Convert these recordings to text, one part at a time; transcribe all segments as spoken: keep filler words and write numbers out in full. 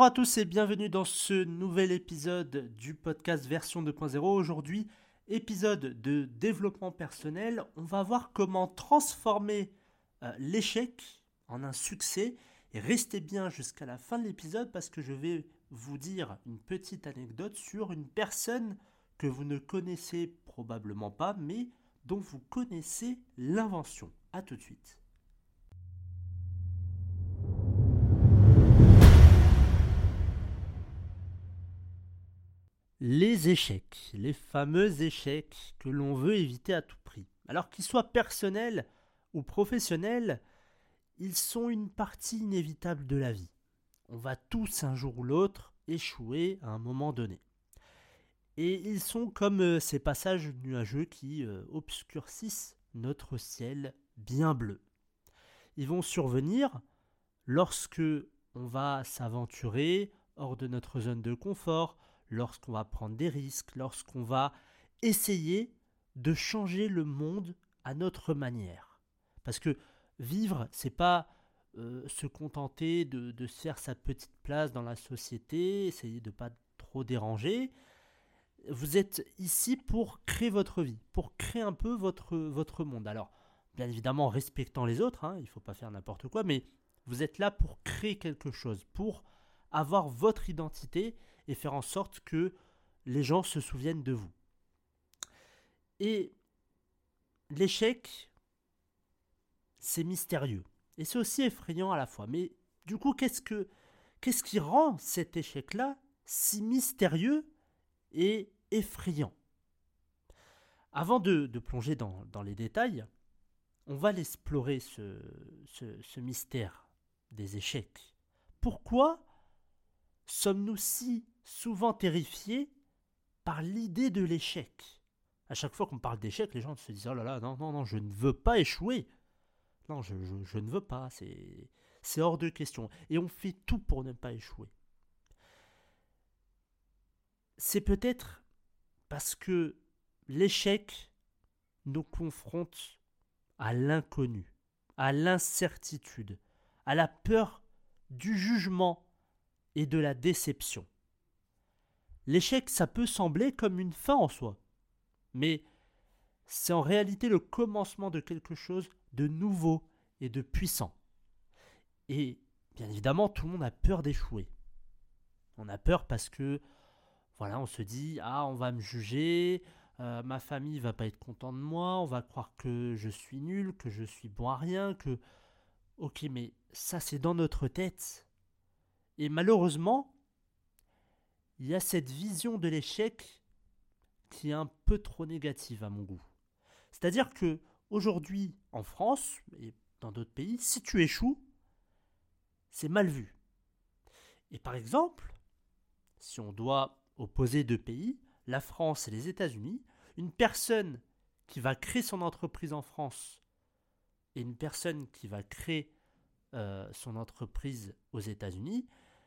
à tous et bienvenue dans ce nouvel épisode du podcast version deux point zéro. Aujourd'hui, épisode de développement personnel. On va voir comment transformer euh, l'échec en un succès. Et restez bien jusqu'à la fin de l'épisode parce que je vais vous dire une petite anecdote sur une personne que vous ne connaissez probablement pas, mais dont vous connaissez l'invention. A tout de suite. Les échecs, les fameux échecs que l'on veut éviter à tout prix. Alors qu'ils soient personnels ou professionnels, ils sont une partie inévitable de la vie. On va tous un jour ou l'autre échouer à un moment donné. Et ils sont comme euh, ces passages nuageux qui euh, obscurcissent notre ciel bien bleu. Ils vont survenir lorsque on va s'aventurer hors de notre zone de confort, lorsqu'on va prendre des risques, lorsqu'on va essayer de changer le monde à notre manière. Parce que vivre, c'est pas euh, se contenter de, de se faire sa petite place dans la société, essayer de ne pas trop déranger. Vous êtes ici pour créer votre vie, pour créer un peu votre, votre monde. Alors, bien évidemment, en respectant les autres, hein, il ne faut pas faire n'importe quoi, mais vous êtes là pour créer quelque chose, pour avoir votre identité et faire en sorte que les gens se souviennent de vous. Et l'échec, c'est mystérieux. Et c'est aussi effrayant à la fois. Mais du coup, qu'est-ce, que, qu'est-ce qui rend cet échec-là si mystérieux et effrayant? Avant de, de plonger dans, dans les détails, on va l'explorer ce, ce, ce mystère des échecs. Pourquoi sommes-nous si souvent terrifiés par l'idée de l'échec? À chaque fois qu'on parle d'échec, les gens se disent « Oh là là, non, non, non, je ne veux pas échouer. Non, je, je, je ne veux pas, c'est, c'est hors de question. » Et on fait tout pour ne pas échouer. C'est peut-être parce que l'échec nous confronte à l'inconnu, à l'incertitude, à la peur du jugement et de la déception. L'échec, ça peut sembler comme une fin en soi, mais c'est en réalité le commencement de quelque chose de nouveau et de puissant. Et bien évidemment, tout le monde a peur d'échouer. On a peur parce que, voilà, on se dit « Ah, on va me juger, euh, ma famille va pas être contente de moi, on va croire que je suis nul, que je suis bon à rien, que... » Ok, mais ça, c'est dans notre tête. Et malheureusement, il y a cette vision de l'échec qui est un peu trop négative à mon goût. C'est-à-dire que aujourd'hui, en France et dans d'autres pays, si tu échoues, c'est mal vu. Et par exemple, si on doit opposer deux pays, la France et les États-Unis, une personne qui va créer son entreprise en France et une personne qui va créer euh, son entreprise aux États-Unis,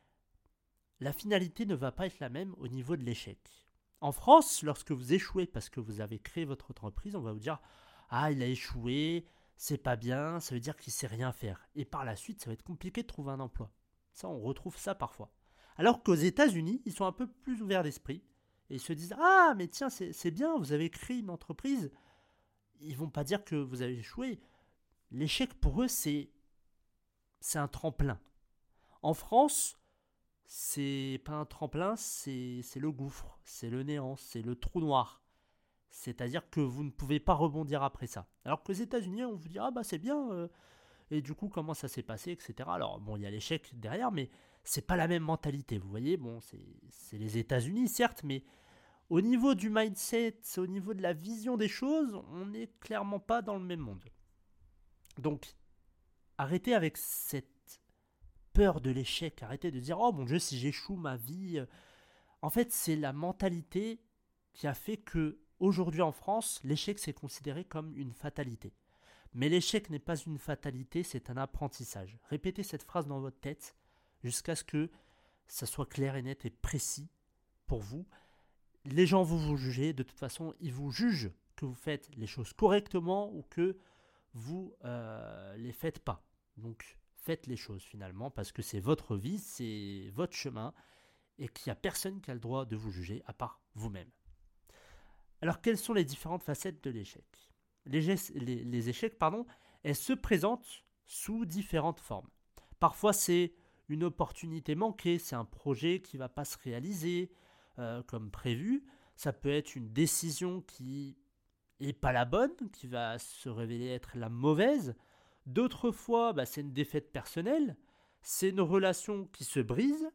la finalité ne va pas être la même au niveau de l'échec. En France, lorsque vous échouez parce que vous avez créé votre entreprise, on va vous dire « Ah, il a échoué, c'est pas bien, ça veut dire qu'il sait rien faire. » Et par la suite, ça va être compliqué de trouver un emploi. Ça, on retrouve ça parfois. Alors qu'aux États-Unis, ils sont un peu plus ouverts d'esprit et ils se disent « Ah, mais tiens, c'est, c'est bien, vous avez créé une entreprise. » Ils vont pas dire que vous avez échoué. L'échec, pour eux, c'est, c'est un tremplin. En France, c'est pas un tremplin, c'est, c'est le gouffre, c'est le néant, c'est le trou noir. C'est-à-dire que vous ne pouvez pas rebondir après ça. Alors qu'aux États-Unis, on vous dit « Ah bah c'est bien, euh, et du coup comment ça s'est passé, et cetera » Alors bon, il y a l'échec derrière, mais c'est pas la même mentalité, vous voyez. Bon, c'est, c'est les États-Unis, certes, mais au niveau du mindset, au niveau de la vision des choses, on n'est clairement pas dans le même monde. Donc, arrêtez avec cette peur de l'échec, arrêtez de dire « Oh mon Dieu, si j'échoue, ma vie... » En fait, c'est la mentalité qui a fait que aujourd'hui en France, l'échec c'est considéré comme une fatalité. Mais l'échec n'est pas une fatalité, c'est un apprentissage. Répétez cette phrase dans votre tête jusqu'à ce que ça soit clair et net et précis pour vous. Les gens vont vous juger, de toute façon, ils vous jugent que vous faites les choses correctement ou que vous ne euh, les faites pas. Donc, faites les choses finalement, parce que c'est votre vie, c'est votre chemin, et qu'il n'y a personne qui a le droit de vous juger à part vous-même. Alors, quelles sont les différentes facettes de l'échec ? les, les, les échecs, pardon, elles se présentent sous différentes formes. Parfois, c'est une opportunité manquée, c'est un projet qui ne va pas se réaliser euh, comme prévu. Ça peut être une décision qui n'est pas la bonne, qui va se révéler être la mauvaise. D'autres fois, bah, c'est une défaite personnelle, c'est une relation qui se brise,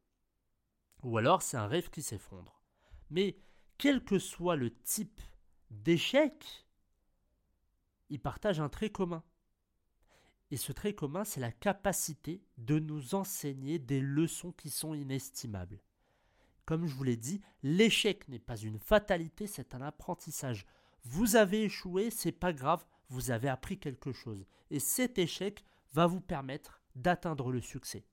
ou alors c'est un rêve qui s'effondre. Mais quel que soit le type d'échec, ils partagent un trait commun. Et ce trait commun, c'est la capacité de nous enseigner des leçons qui sont inestimables. Comme je vous l'ai dit, l'échec n'est pas une fatalité, c'est un apprentissage. Vous avez échoué, c'est pas grave, vous avez appris quelque chose. Et cet échec va vous permettre d'atteindre le succès.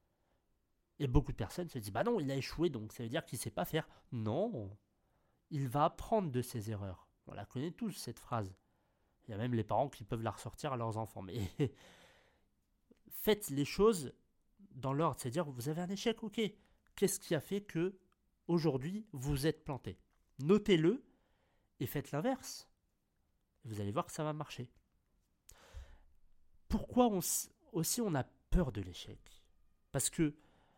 Et beaucoup de personnes se disent, bah non, il a échoué, donc ça veut dire qu'il ne sait pas faire. Non, il va apprendre de ses erreurs. On la connaît tous, cette phrase. Il y a même les parents qui peuvent la ressortir à leurs enfants. Mais faites les choses dans l'ordre. C'est-à-dire, vous avez un échec, ok. Qu'est-ce qui a fait que aujourd'hui vous êtes planté ? Notez-le et faites l'inverse. Vous allez voir que ça va marcher. Pourquoi on, aussi on a peur de l'échec ? Parce que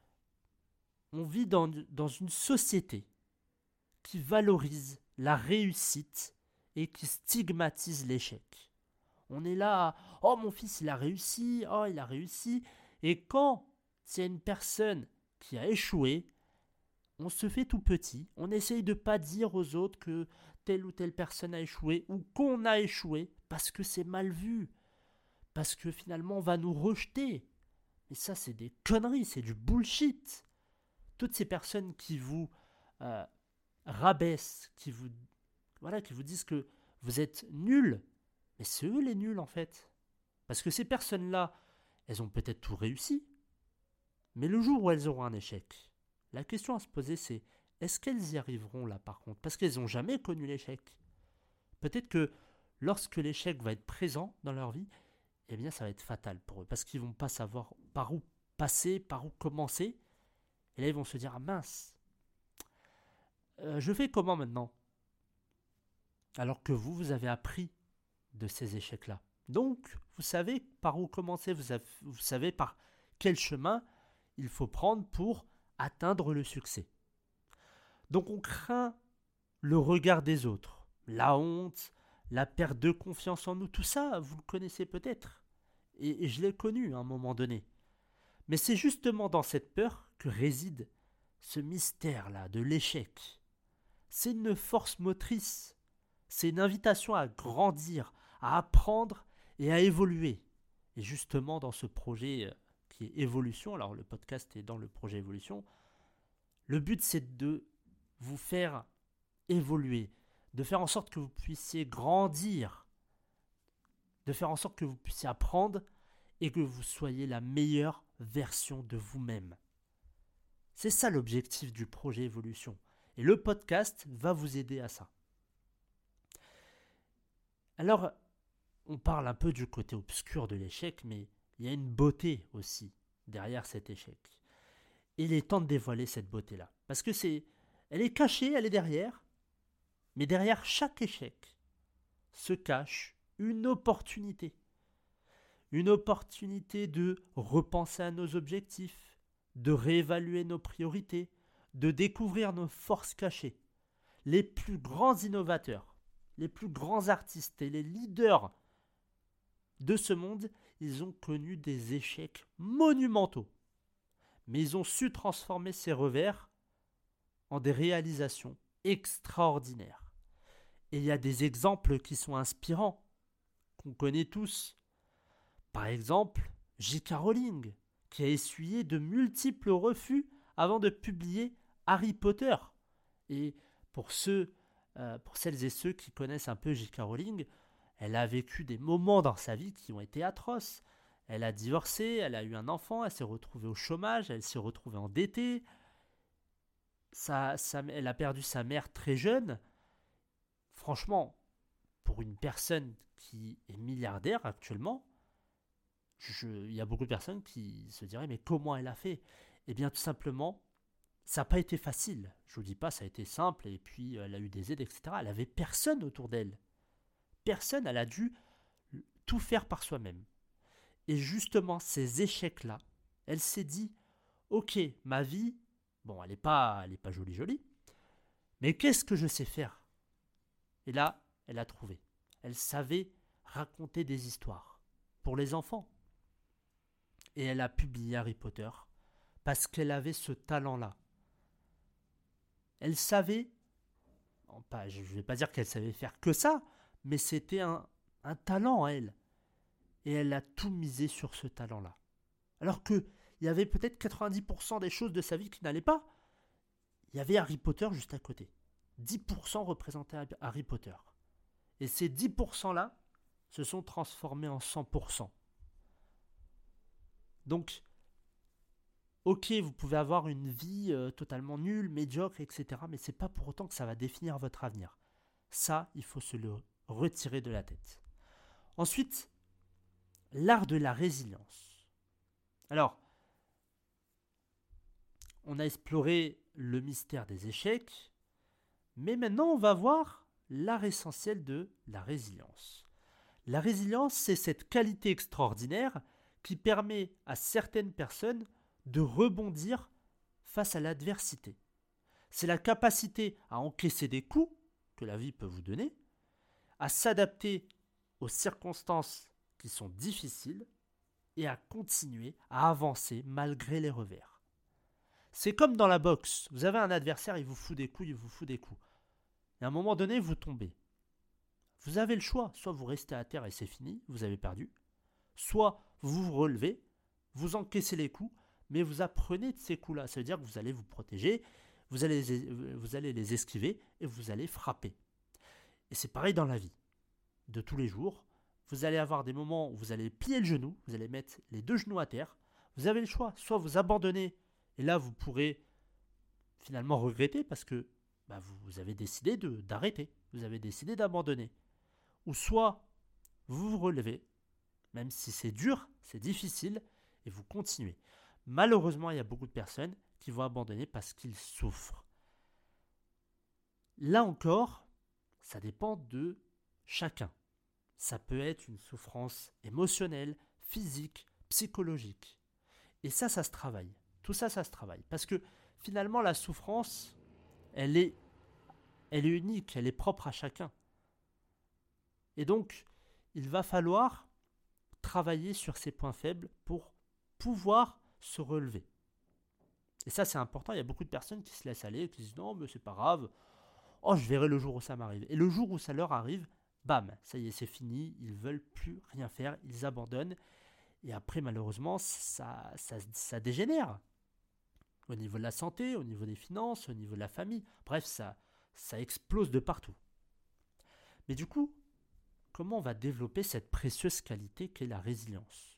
on vit dans, dans une société qui valorise la réussite et qui stigmatise l'échec. On est là, oh mon fils il a réussi, oh il a réussi. Et quand il y a une personne qui a échoué, on se fait tout petit, on essaye de ne pas dire aux autres que telle ou telle personne a échoué ou qu'on a échoué parce que c'est mal vu, parce que finalement on va nous rejeter. Mais ça c'est des conneries, c'est du bullshit. Toutes ces personnes qui vous euh, rabaissent, qui vous, voilà, qui vous disent que vous êtes nuls, mais c'est eux les nuls en fait. Parce que ces personnes-là, elles ont peut-être tout réussi, mais le jour où elles auront un échec, la question à se poser c'est, est-ce qu'elles y arriveront là par contre ? Parce qu'elles n'ont jamais connu l'échec. Peut-être que lorsque l'échec va être présent dans leur vie, eh bien ça va être fatal pour eux, parce qu'ils ne vont pas savoir par où passer, par où commencer. Et là, ils vont se dire, ah mince, euh, je fais comment maintenant ? Alors que vous, vous avez appris de ces échecs-là. Donc, vous savez par où commencer, vous, avez, vous savez par quel chemin il faut prendre pour atteindre le succès. Donc, on craint le regard des autres, la honte, la perte de confiance en nous, tout ça, vous le connaissez peut-être. Et, et je l'ai connu à un moment donné. Mais c'est justement dans cette peur que réside ce mystère-là de l'échec. C'est une force motrice, c'est une invitation à grandir, à apprendre et à évoluer. Et justement dans ce projet qui est Évolution, alors le podcast est dans le projet Évolution, le but c'est de vous faire évoluer, de faire en sorte que vous puissiez grandir, de faire en sorte que vous puissiez apprendre et que vous soyez la meilleure version de vous-même. C'est ça l'objectif du projet Évolution. Et le podcast va vous aider à ça. Alors, on parle un peu du côté obscur de l'échec, mais il y a une beauté aussi derrière cet échec. Et il est temps de dévoiler cette beauté-là. Parce que c'est, elle est cachée, elle est derrière. Mais derrière chaque échec se cache une opportunité. Une opportunité de repenser à nos objectifs, de réévaluer nos priorités, de découvrir nos forces cachées. Les plus grands innovateurs, les plus grands artistes et les leaders de ce monde, ils ont connu des échecs monumentaux. Mais ils ont su transformer ces revers en des réalisations extraordinaires. Et il y a des exemples qui sont inspirants, qu'on connaît tous. Par exemple, J K Rowling, qui a essuyé de multiples refus avant de publier Harry Potter. Et pour ceux, euh, pour celles et ceux qui connaissent un peu J K Rowling, elle a vécu des moments dans sa vie qui ont été atroces. Elle a divorcé, elle a eu un enfant, elle s'est retrouvée au chômage, elle s'est retrouvée endettée. Ça, ça, elle a perdu sa mère très jeune. Franchement, pour une personne qui est milliardaire actuellement, je, il y a beaucoup de personnes qui se diraient, mais comment elle a fait? Eh bien, tout simplement, ça n'a pas été facile. Je vous dis pas, ça a été simple, et puis elle a eu des aides, et cetera. Elle avait personne autour d'elle. Personne, elle a dû tout faire par soi-même. Et justement, ces échecs-là, elle s'est dit, ok, ma vie, bon, elle n'est pas, elle est pas jolie, jolie, mais qu'est-ce que je sais faire? Et là, elle a trouvé. Elle savait raconter des histoires pour les enfants. Et elle a publié Harry Potter parce qu'elle avait ce talent-là. Elle savait, je ne vais pas dire qu'elle savait faire que ça, mais c'était un, un talent à elle. Et elle a tout misé sur ce talent-là. Alors qu'il y avait peut-être quatre-vingt-dix pour cent des choses de sa vie qui n'allaient pas. Il y avait Harry Potter juste à côté. dix pour cent représentaient Harry Potter. Et ces dix pour cent-là se sont transformés en cent pour cent. Donc, ok, vous pouvez avoir une vie euh, totalement nulle, médiocre, et cetera. Mais ce n'est pas pour autant que ça va définir votre avenir. Ça, il faut se le retirer de la tête. Ensuite, l'art de la résilience. Alors, on a exploré le mystère des échecs, mais maintenant on va voir l'art essentiel de la résilience. La résilience, c'est cette qualité extraordinaire qui permet à certaines personnes de rebondir face à l'adversité. C'est la capacité à encaisser des coups que la vie peut vous donner, à s'adapter aux circonstances qui sont difficiles et à continuer à avancer malgré les revers. C'est comme dans la boxe, vous avez un adversaire, il vous fout des coups, il vous fout des coups. Et à un moment donné, vous tombez. Vous avez le choix, soit vous restez à terre et c'est fini, vous avez perdu, soit vous vous relevez, vous encaissez les coups, mais vous apprenez de ces coups-là. Ça veut dire que vous allez vous protéger, vous allez, vous allez les esquiver et vous allez frapper. Et c'est pareil dans la vie. De tous les jours, vous allez avoir des moments où vous allez plier le genou, vous allez mettre les deux genoux à terre, vous avez le choix, soit vous abandonnez, et là vous pourrez finalement regretter parce que bah, vous, vous avez décidé de, d'arrêter, vous avez décidé d'abandonner. Ou soit vous vous relevez, même si c'est dur, c'est difficile, et vous continuez. Malheureusement, il y a beaucoup de personnes qui vont abandonner parce qu'ils souffrent. Là encore, ça dépend de chacun. Ça peut être une souffrance émotionnelle, physique, psychologique. Et ça, ça se travaille. Tout ça, ça se travaille. Parce que finalement, la souffrance, elle est, elle est unique, elle est propre à chacun. Et donc, il va falloir travailler sur ces points faibles pour pouvoir se relever. Et ça, c'est important. Il y a beaucoup de personnes qui se laissent aller, qui se disent non, mais c'est pas grave. Oh, je verrai le jour où ça m'arrive. Et le jour où ça leur arrive, bam, ça y est, c'est fini. Ils veulent plus rien faire, ils abandonnent. Et après, malheureusement, ça, ça, ça dégénère. Au niveau de la santé, au niveau des finances, au niveau de la famille. Bref, ça, ça explose de partout. Mais du coup, comment on va développer cette précieuse qualité qu'est la résilience?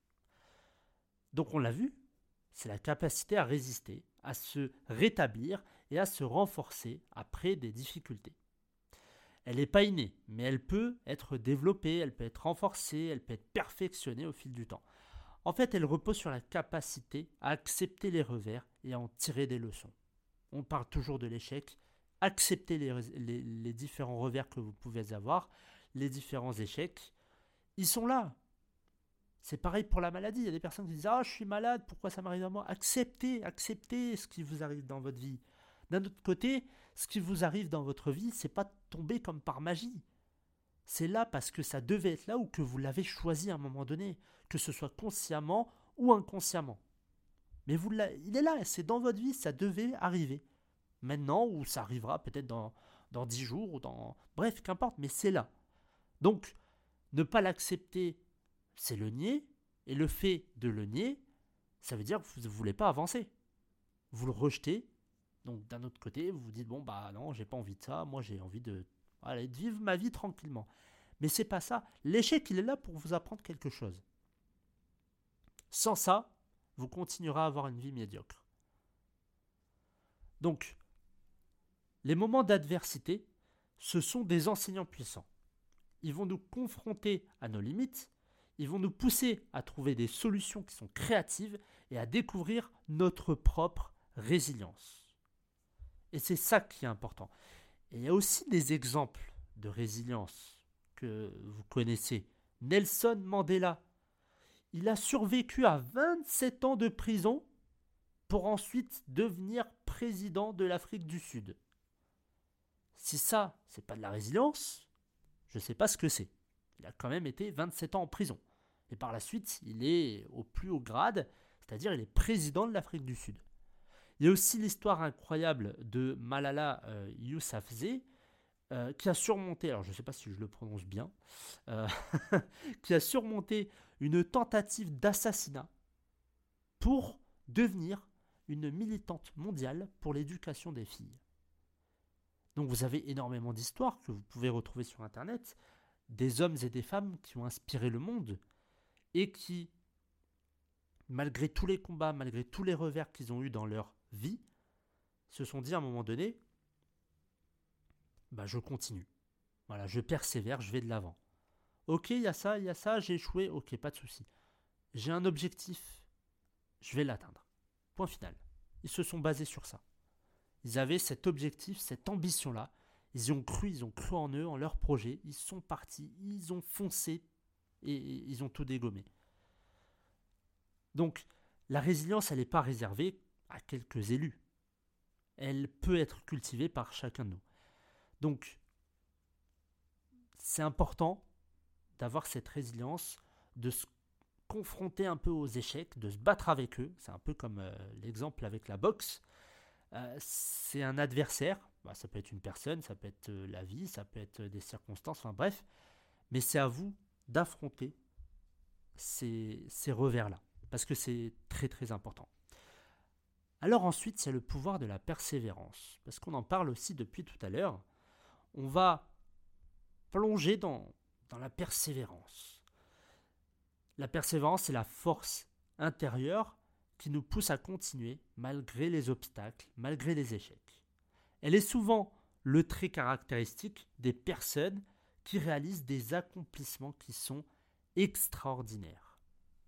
Donc on l'a vu, c'est la capacité à résister, à se rétablir et à se renforcer après des difficultés. Elle n'est pas innée, mais elle peut être développée, elle peut être renforcée, elle peut être perfectionnée au fil du temps. En fait, elle repose sur la capacité à accepter les revers et à en tirer des leçons. On parle toujours de l'échec. Acceptez les, les, les différents revers que vous pouvez avoir, les différents échecs. Ils sont là. C'est pareil pour la maladie. Il y a des personnes qui disent « Ah, je suis malade, pourquoi ça m'arrive à moi ?» Acceptez, acceptez ce qui vous arrive dans votre vie. D'un autre côté, ce qui vous arrive dans votre vie, c'est pas tombé comme par magie. C'est là parce que ça devait être là ou que vous l'avez choisi à un moment donné, que ce soit consciemment ou inconsciemment. Mais vous il est là, c'est dans votre vie, ça devait arriver. Maintenant, ou ça arrivera peut-être dans, dans dix jours, ou dans... Bref, qu'importe, mais c'est là. Donc, ne pas l'accepter, c'est le nier, et le fait de le nier, ça veut dire que vous ne voulez pas avancer. Vous le rejetez, donc d'un autre côté, vous vous dites, bon, bah non, j'ai pas envie de ça, moi j'ai envie de, allez, de vivre ma vie tranquillement. Mais c'est pas ça. L'échec, il est là pour vous apprendre quelque chose. Sans ça, vous continuerez à avoir une vie médiocre. Donc, les moments d'adversité, ce sont des enseignants puissants. Ils vont nous confronter à nos limites, Ils vont nous pousser à trouver des solutions qui sont créatives et à découvrir notre propre résilience. Et c'est ça qui est important. Et il y a aussi des exemples de résilience que vous connaissez. Nelson Mandela, il a survécu à vingt-sept ans de prison pour ensuite devenir président de l'Afrique du Sud. Si ça, c'est pas de la résilience, je ne sais pas ce que c'est. Il a quand même été vingt-sept ans en prison. Et par la suite, il est au plus haut grade, c'est-à-dire il est président de l'Afrique du Sud. Il y a aussi l'histoire incroyable de Malala euh, Yousafzai, euh, qui a surmonté, alors je ne sais pas si je le prononce bien, euh, qui a surmonté une tentative d'assassinat pour devenir une militante mondiale pour l'éducation des filles. Donc vous avez énormément d'histoires que vous pouvez retrouver sur Internet, des hommes et des femmes qui ont inspiré le monde et qui, malgré tous les combats, malgré tous les revers qu'ils ont eus dans leur vie, se sont dit à un moment donné, bah je continue. Voilà, je persévère, je vais de l'avant. Ok, il y a ça, il y a ça, j'ai échoué, ok, pas de souci. J'ai un objectif, je vais l'atteindre. Point final. Ils se sont basés sur ça. Ils avaient cet objectif, cette ambition-là. Ils y ont cru, ils ont cru en eux, en leur projet. Ils sont partis, ils ont foncé et ils ont tout dégommé. Donc, la résilience, elle n'est pas réservée à quelques élus. Elle peut être cultivée par chacun de nous. Donc, c'est important d'avoir cette résilience, de se confronter un peu aux échecs, de se battre avec eux. C'est un peu comme euh, l'exemple avec la boxe. Euh, c'est un adversaire, bah, ça peut être une personne, ça peut être euh, la vie, ça peut être des circonstances, enfin bref, mais c'est à vous d'affronter ces, ces revers-là, parce que c'est très très important. Alors ensuite, c'est le pouvoir de la persévérance, parce qu'on en parle aussi depuis tout à l'heure. On va plonger dans, dans la persévérance. La persévérance, c'est la force intérieure qui nous pousse à continuer malgré les obstacles, malgré les échecs. Elle est souvent le trait caractéristique des personnes qui réalisent des accomplissements qui sont extraordinaires.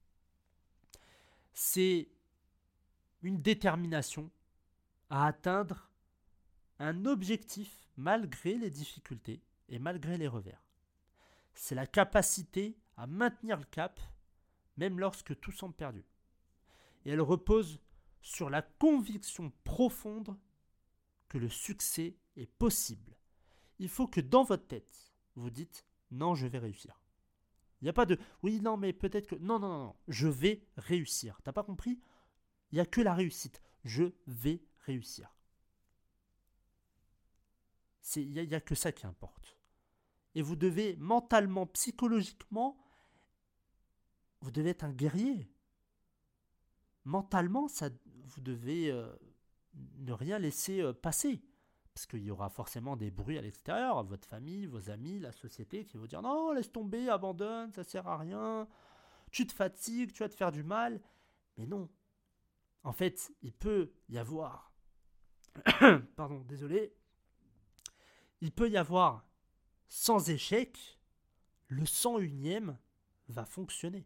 C'est une détermination à atteindre un objectif malgré les difficultés et malgré les revers. C'est la capacité à maintenir le cap même lorsque tout semble perdu. Et elle repose sur la conviction profonde que le succès est possible. Il faut que dans votre tête, vous dites « non, je vais réussir ». Il n'y a pas de « oui, non, mais peut-être que… » Non, non, non, non, je vais réussir. T'as pas compris ? Il n'y a que la réussite. Je vais réussir. Il n'y a, a que ça qui importe. Et vous devez mentalement, psychologiquement, vous devez être un guerrier. Mentalement, ça, vous devez euh, ne rien laisser euh, passer. Parce qu'il y aura forcément des bruits à l'extérieur, votre famille, vos amis, la société qui vont dire « non, laisse tomber, abandonne, ça ne sert à rien, tu te fatigues, tu vas te faire du mal ». Mais non. En fait, il peut y avoir… Pardon, désolé. Il peut y avoir, sans échec, le cent unième va fonctionner.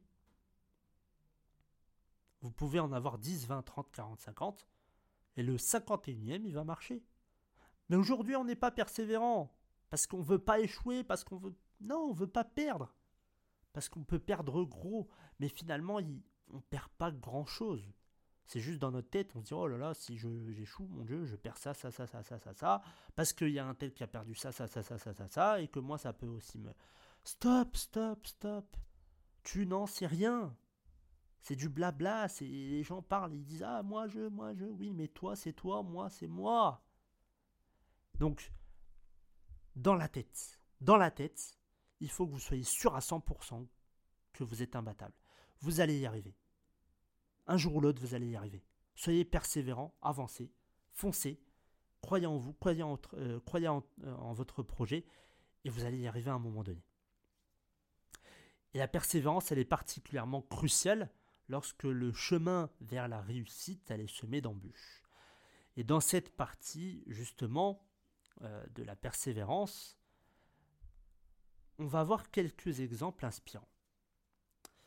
Vous pouvez en avoir dix, vingt, trente, quarante, cinquante, et le cinquante et unième, il va marcher. Mais aujourd'hui, on n'est pas persévérant, parce qu'on ne veut pas échouer, parce qu'on veut… Non, on ne veut pas perdre, parce qu'on peut perdre gros, mais finalement, il... on ne perd pas grand-chose. C'est juste dans notre tête, on se dit « oh là là, si je, j'échoue, mon Dieu, je perds ça, ça, ça, ça, ça, ça, ça, parce qu'il y a un tel qui a perdu ça, ça, ça, ça, ça, ça, ça, et que moi, ça peut aussi me… » Stop, stop, stop. Tu n'en sais rien. C'est du blabla, c'est, les gens parlent, ils disent « ah, moi, je, moi, je, oui, mais toi, c'est toi, moi, c'est moi. » Donc, dans la tête, dans la tête, il faut que vous soyez sûr à cent pour cent que vous êtes imbattable. Vous allez y arriver. Un jour ou l'autre, vous allez y arriver. Soyez persévérant, avancez, foncez, croyez en vous, croyez en, euh, croyez en, euh, en votre projet, et vous allez y arriver à un moment donné. Et la persévérance, elle est particulièrement cruciale lorsque le chemin vers la réussite, elle est semé d'embûches. Et dans cette partie, justement, euh, de la persévérance, on va voir quelques exemples inspirants.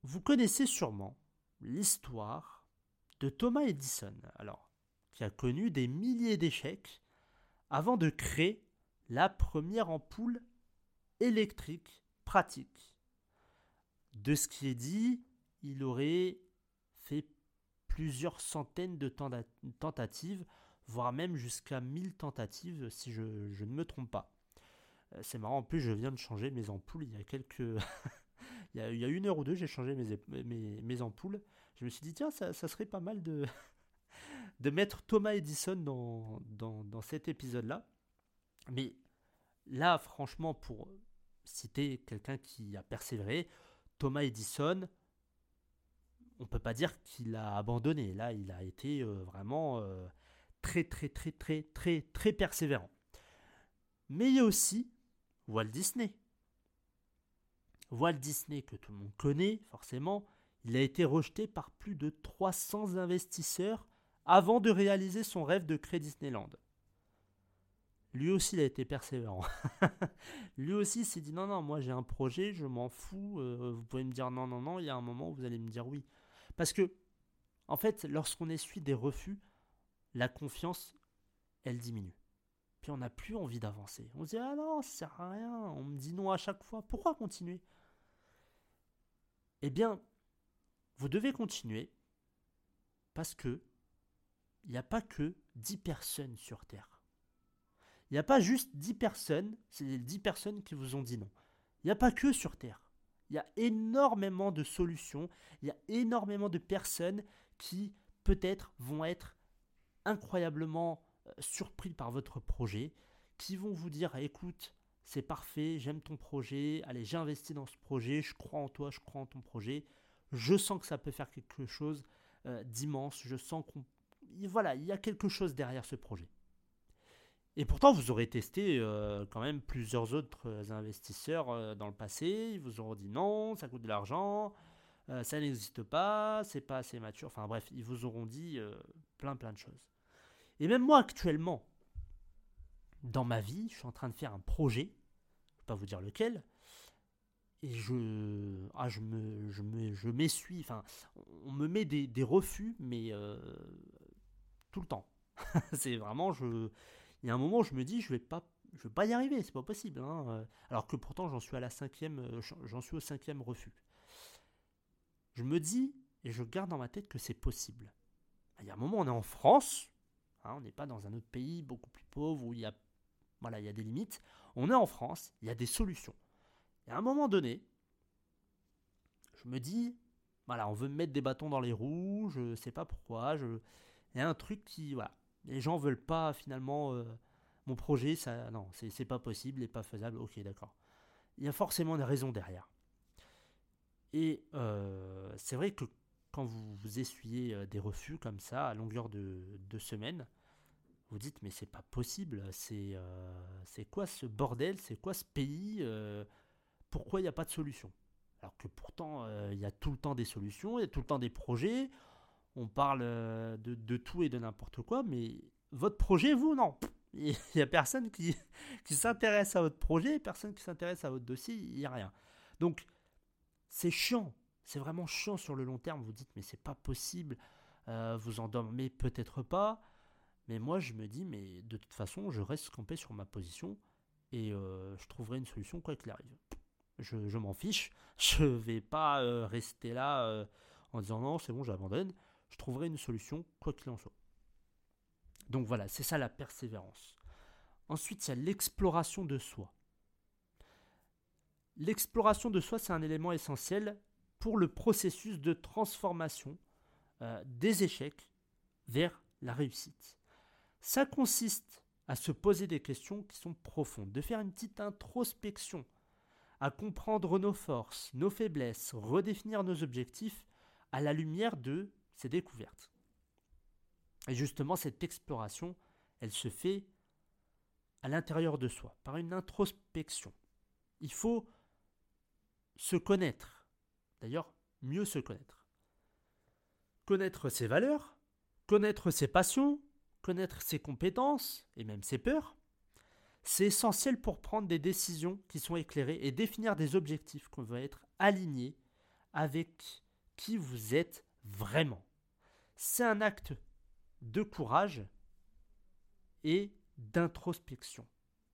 vous connaissez sûrement l'histoire de Thomas Edison, alors, qui a connu des milliers d'échecs avant de créer la première ampoule électrique pratique. De ce qui est dit, il aurait fait plusieurs centaines de tentatives, voire même jusqu'à mille tentatives, si je, je ne me trompe pas. C'est marrant, en plus je viens de changer mes ampoules il y a quelques... il, y a, il y a une heure ou deux, j'ai changé mes, mes, mes ampoules. Je me suis dit, tiens, ça, ça serait pas mal de, de mettre Thomas Edison dans, dans, dans cet épisode-là. Mais là, franchement, pour citer quelqu'un qui a persévéré, Thomas Edison, on ne peut pas dire qu'il a abandonné. Là, il a été euh, vraiment euh, très, très, très, très, très, très persévérant. Mais il y a aussi Walt Disney. Walt Disney, que tout le monde connaît, forcément, il a été rejeté par plus de trois cents investisseurs avant de réaliser son rêve de créer Disneyland. Lui aussi, il a été persévérant. Lui aussi, il s'est dit, non, non, moi j'ai un projet, je m'en fous, euh, vous pouvez me dire non, non, non, il y a un moment où vous allez me dire oui. Parce que, en fait, lorsqu'on essuie des refus, la confiance, elle diminue. Puis on n'a plus envie d'avancer. On se dit, ah non, ça sert à rien, on me dit non à chaque fois, pourquoi continuer? Eh bien, vous devez continuer parce que il n'y a pas que dix personnes sur Terre. Il n'y a pas juste dix personnes, c'est les dix personnes qui vous ont dit non. Il n'y a pas que sur Terre. Il y a énormément de solutions, il y a énormément de personnes qui peut-être vont être incroyablement surpris par votre projet, qui vont vous dire, écoute, c'est parfait, j'aime ton projet, allez, j'ai investi dans ce projet, je crois en toi, je crois en ton projet, je sens que ça peut faire quelque chose euh, d'immense, je sens qu'on... Voilà, il y a quelque chose derrière ce projet. Et pourtant, vous aurez testé euh, quand même plusieurs autres investisseurs euh, dans le passé, ils vous auront dit non, ça coûte de l'argent, euh, ça n'existe pas, c'est pas assez mature, enfin bref, ils vous auront dit euh, plein plein de choses. Et même moi actuellement, dans ma vie, je suis en train de faire un projet, je ne vais pas vous dire lequel, et je, ah, je, me, je, me, je m'essuie, enfin, on me met des, des refus, mais euh, tout le temps. C'est vraiment, je, il y a un moment où je me dis, je vais pas, je vais pas y arriver, c'est pas possible. Hein. Alors que pourtant, j'en suis à la cinquième, j'en suis au cinquième refus. Je me dis, et je garde dans ma tête que c'est possible. Il y a un moment, on est en France, hein, on n'est pas dans un autre pays beaucoup plus pauvre où il y a, voilà, il y a des limites. On est en France, il y a des solutions. Et à un moment donné, je me dis, voilà, on veut me mettre des bâtons dans les roues, je sais pas pourquoi, je... il y a un truc qui, voilà, les gens veulent pas finalement euh, mon projet, ça, non, c'est, c'est pas possible, c'est pas faisable, ok, d'accord. Il y a forcément des raisons derrière. Et euh, c'est vrai que quand vous, vous essuyez des refus comme ça à longueur de deux semaines, vous dites mais c'est pas possible, c'est, euh, c'est quoi ce bordel, c'est quoi ce pays, euh, pourquoi il n'y a pas de solution? Alors que pourtant euh, il y a tout le temps des solutions, il y a tout le temps des projets, on parle euh, de, de tout et de n'importe quoi, mais votre projet, vous, non. Il n'y a personne qui, qui s'intéresse à votre projet, personne qui s'intéresse à votre dossier, il n'y a rien. Donc c'est chiant, c'est vraiment chiant sur le long terme, vous dites mais c'est pas possible, euh, vous en dormez peut-être pas, mais moi je me dis mais de toute façon je reste campé sur ma position et euh, je trouverai une solution quoi qu'il arrive. Je, je m'en fiche, je vais pas euh, rester là euh, en disant non c'est bon j'abandonne, je trouverai une solution quoi qu'il en soit. Donc voilà, c'est ça la persévérance. Ensuite il y a l'exploration de soi. L'exploration de soi, c'est un élément essentiel pour le processus de transformation euh, des échecs vers la réussite. Ça consiste à se poser des questions qui sont profondes, de faire une petite introspection, à comprendre nos forces, nos faiblesses, redéfinir nos objectifs à la lumière de ces découvertes. Et justement, cette exploration, elle se fait à l'intérieur de soi, par une introspection. Il faut se connaître, d'ailleurs mieux se connaître. Connaître ses valeurs, connaître ses passions, connaître ses compétences et même ses peurs, c'est essentiel pour prendre des décisions qui sont éclairées et définir des objectifs qui vont être alignés avec qui vous êtes vraiment. C'est un acte de courage et d'introspection.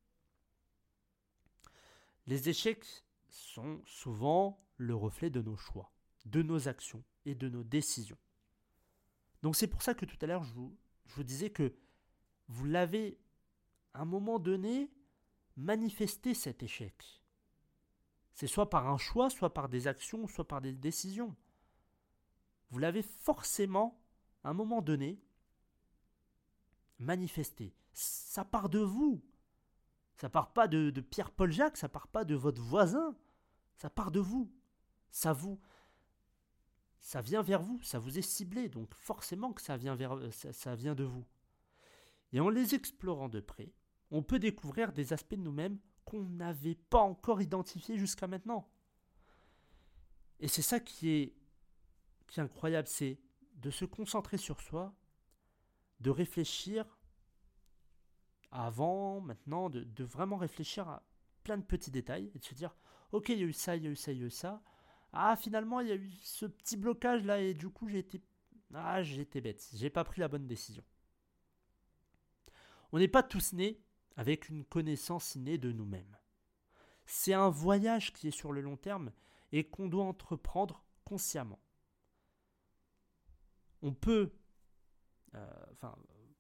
Les échecs sont souvent le reflet de nos choix, de nos actions et de nos décisions. Donc c'est pour ça que tout à l'heure je vous, je vous disais que vous l'avez à un moment donné manifesté cet échec. C'est soit par un choix, soit par des actions, soit par des décisions. Vous l'avez forcément à un moment donné manifesté. Ça part de vous. Ça part pas de, de Pierre-Paul Jacques, ça part pas de votre voisin. Ça part de vous. Ça vous, ça vient vers vous, ça vous est ciblé, donc forcément que ça vient, vers, ça, ça vient de vous. Et en les explorant de près, on peut découvrir des aspects de nous-mêmes qu'on n'avait pas encore identifiés jusqu'à maintenant. Et c'est ça qui est, qui est incroyable, c'est de se concentrer sur soi, de réfléchir avant, maintenant, de, de vraiment réfléchir à plein de petits détails et de se dire « Ok, il y a eu ça, il y a eu ça, il y a eu ça. Ah, finalement, il y a eu ce petit blocage là et du coup, j'ai été, ah, j'ai été bête. J'ai pas pris la bonne décision. » On n'est pas tous nés avec une connaissance innée de nous-mêmes. C'est un voyage qui est sur le long terme et qu'on doit entreprendre consciemment. On peut, euh, enfin,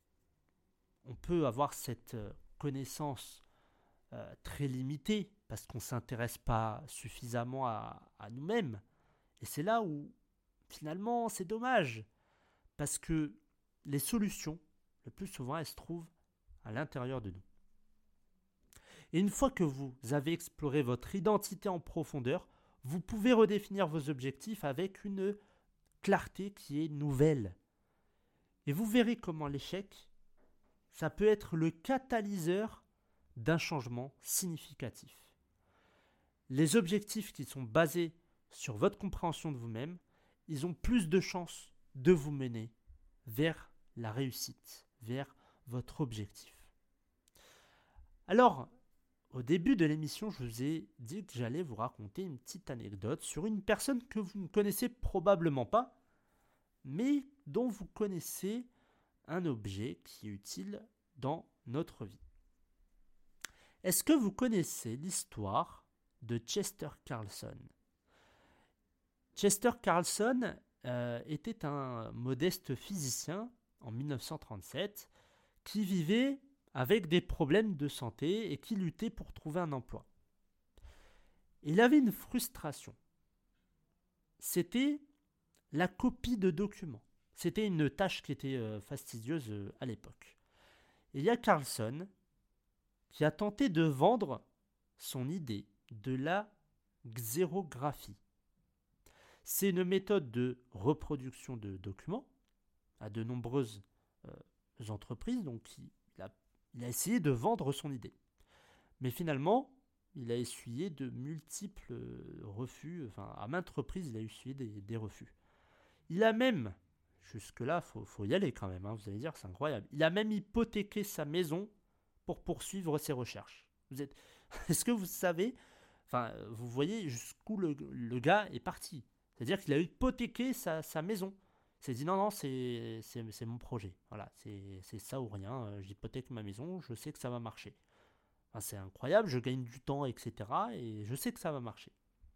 on peut avoir cette connaissance euh, très limitée parce qu'on ne s'intéresse pas suffisamment à, à nous-mêmes. Et c'est là où, finalement, c'est dommage. Parce que les solutions, le plus souvent, elles se trouvent à l'intérieur de nous. Et une fois que vous avez exploré votre identité en profondeur, vous pouvez redéfinir vos objectifs avec une clarté qui est nouvelle. Et vous verrez comment l'échec, ça peut être le catalyseur d'un changement significatif. Les objectifs qui sont basés sur votre compréhension de vous-même, ils ont plus de chances de vous mener vers la réussite, vers votre objectif. Alors, au début de l'émission, je vous ai dit que j'allais vous raconter une petite anecdote sur une personne que vous ne connaissez probablement pas, mais dont vous connaissez un objet qui est utile dans notre vie. Est-ce que vous connaissez l'histoire de Chester Carlson ? Chester Carlson euh, était un modeste physicien en dix-neuf cent trente-sept qui vivait avec des problèmes de santé et qui luttait pour trouver un emploi. Il avait une frustration. C'était la copie de documents. C'était une tâche qui était euh, fastidieuse euh, à l'époque. Et il y a Carlson qui a tenté de vendre son idée de la xérographie. C'est une méthode de reproduction de documents à de nombreuses euh, entreprises, donc il a, il a essayé de vendre son idée. Mais finalement, il a essuyé de multiples refus, enfin à maintes reprises, il a essuyé des, des refus. Il a même, jusque-là, il faut, faut y aller quand même, hein, vous allez dire, c'est incroyable, il a même hypothéqué sa maison pour poursuivre ses recherches. Vous êtes, est-ce que vous savez, enfin, vous voyez jusqu'où le, le gars est parti. C'est-à-dire qu'il a hypothéqué sa, sa maison. Il s'est dit non, non, c'est, c'est, c'est mon projet. Voilà, c'est, c'est ça ou rien. J'hypothèque ma maison, je sais que ça va marcher. Enfin, c'est incroyable, je gagne du temps, et cetera. Et je sais que ça va marcher.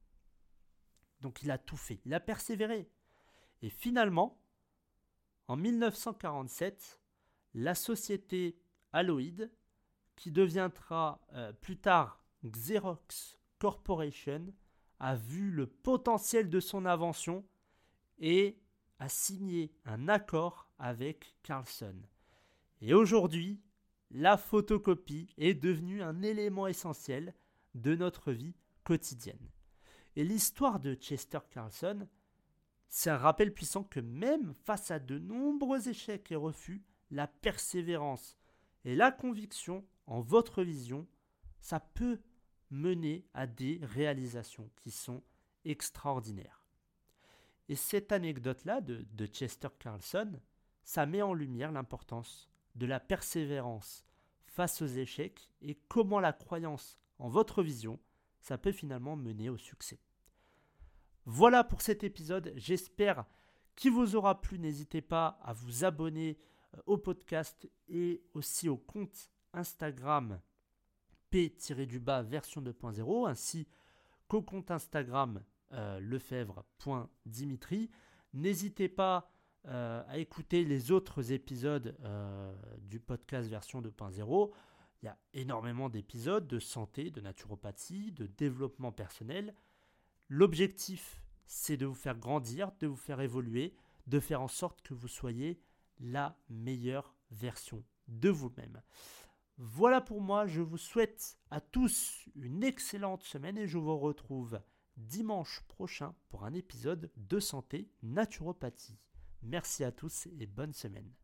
Donc il a tout fait, il a persévéré. Et finalement, en dix-neuf cent quarante-sept, la société Alloyd, qui deviendra euh, plus tard Xerox Corporation, a vu le potentiel de son invention et a signé un accord avec Carlson. Et aujourd'hui, la photocopie est devenue un élément essentiel de notre vie quotidienne. Et l'histoire de Chester Carlson, c'est un rappel puissant que même face à de nombreux échecs et refus, la persévérance et la conviction en votre vision, ça peut mener à des réalisations qui sont extraordinaires. Et cette anecdote-là de, de Chester Carlson, ça met en lumière l'importance de la persévérance face aux échecs et comment la croyance en votre vision, ça peut finalement mener au succès. Voilà pour cet épisode, j'espère qu'il vous aura plu. N'hésitez pas à vous abonner au podcast et aussi au compte Instagram P-du-bas version deux point zéro ainsi qu'au compte Instagram euh, lefebvre point dimitri. N'hésitez pas euh, à écouter les autres épisodes euh, du podcast version deux point zéro. Il y a énormément d'épisodes de santé, de naturopathie, de développement personnel. L'objectif, c'est de vous faire grandir, de vous faire évoluer, de faire en sorte que vous soyez la meilleure version de vous-même. Voilà pour moi, je vous souhaite à tous une excellente semaine et je vous retrouve dimanche prochain pour un épisode de santé naturopathie. Merci à tous et bonne semaine.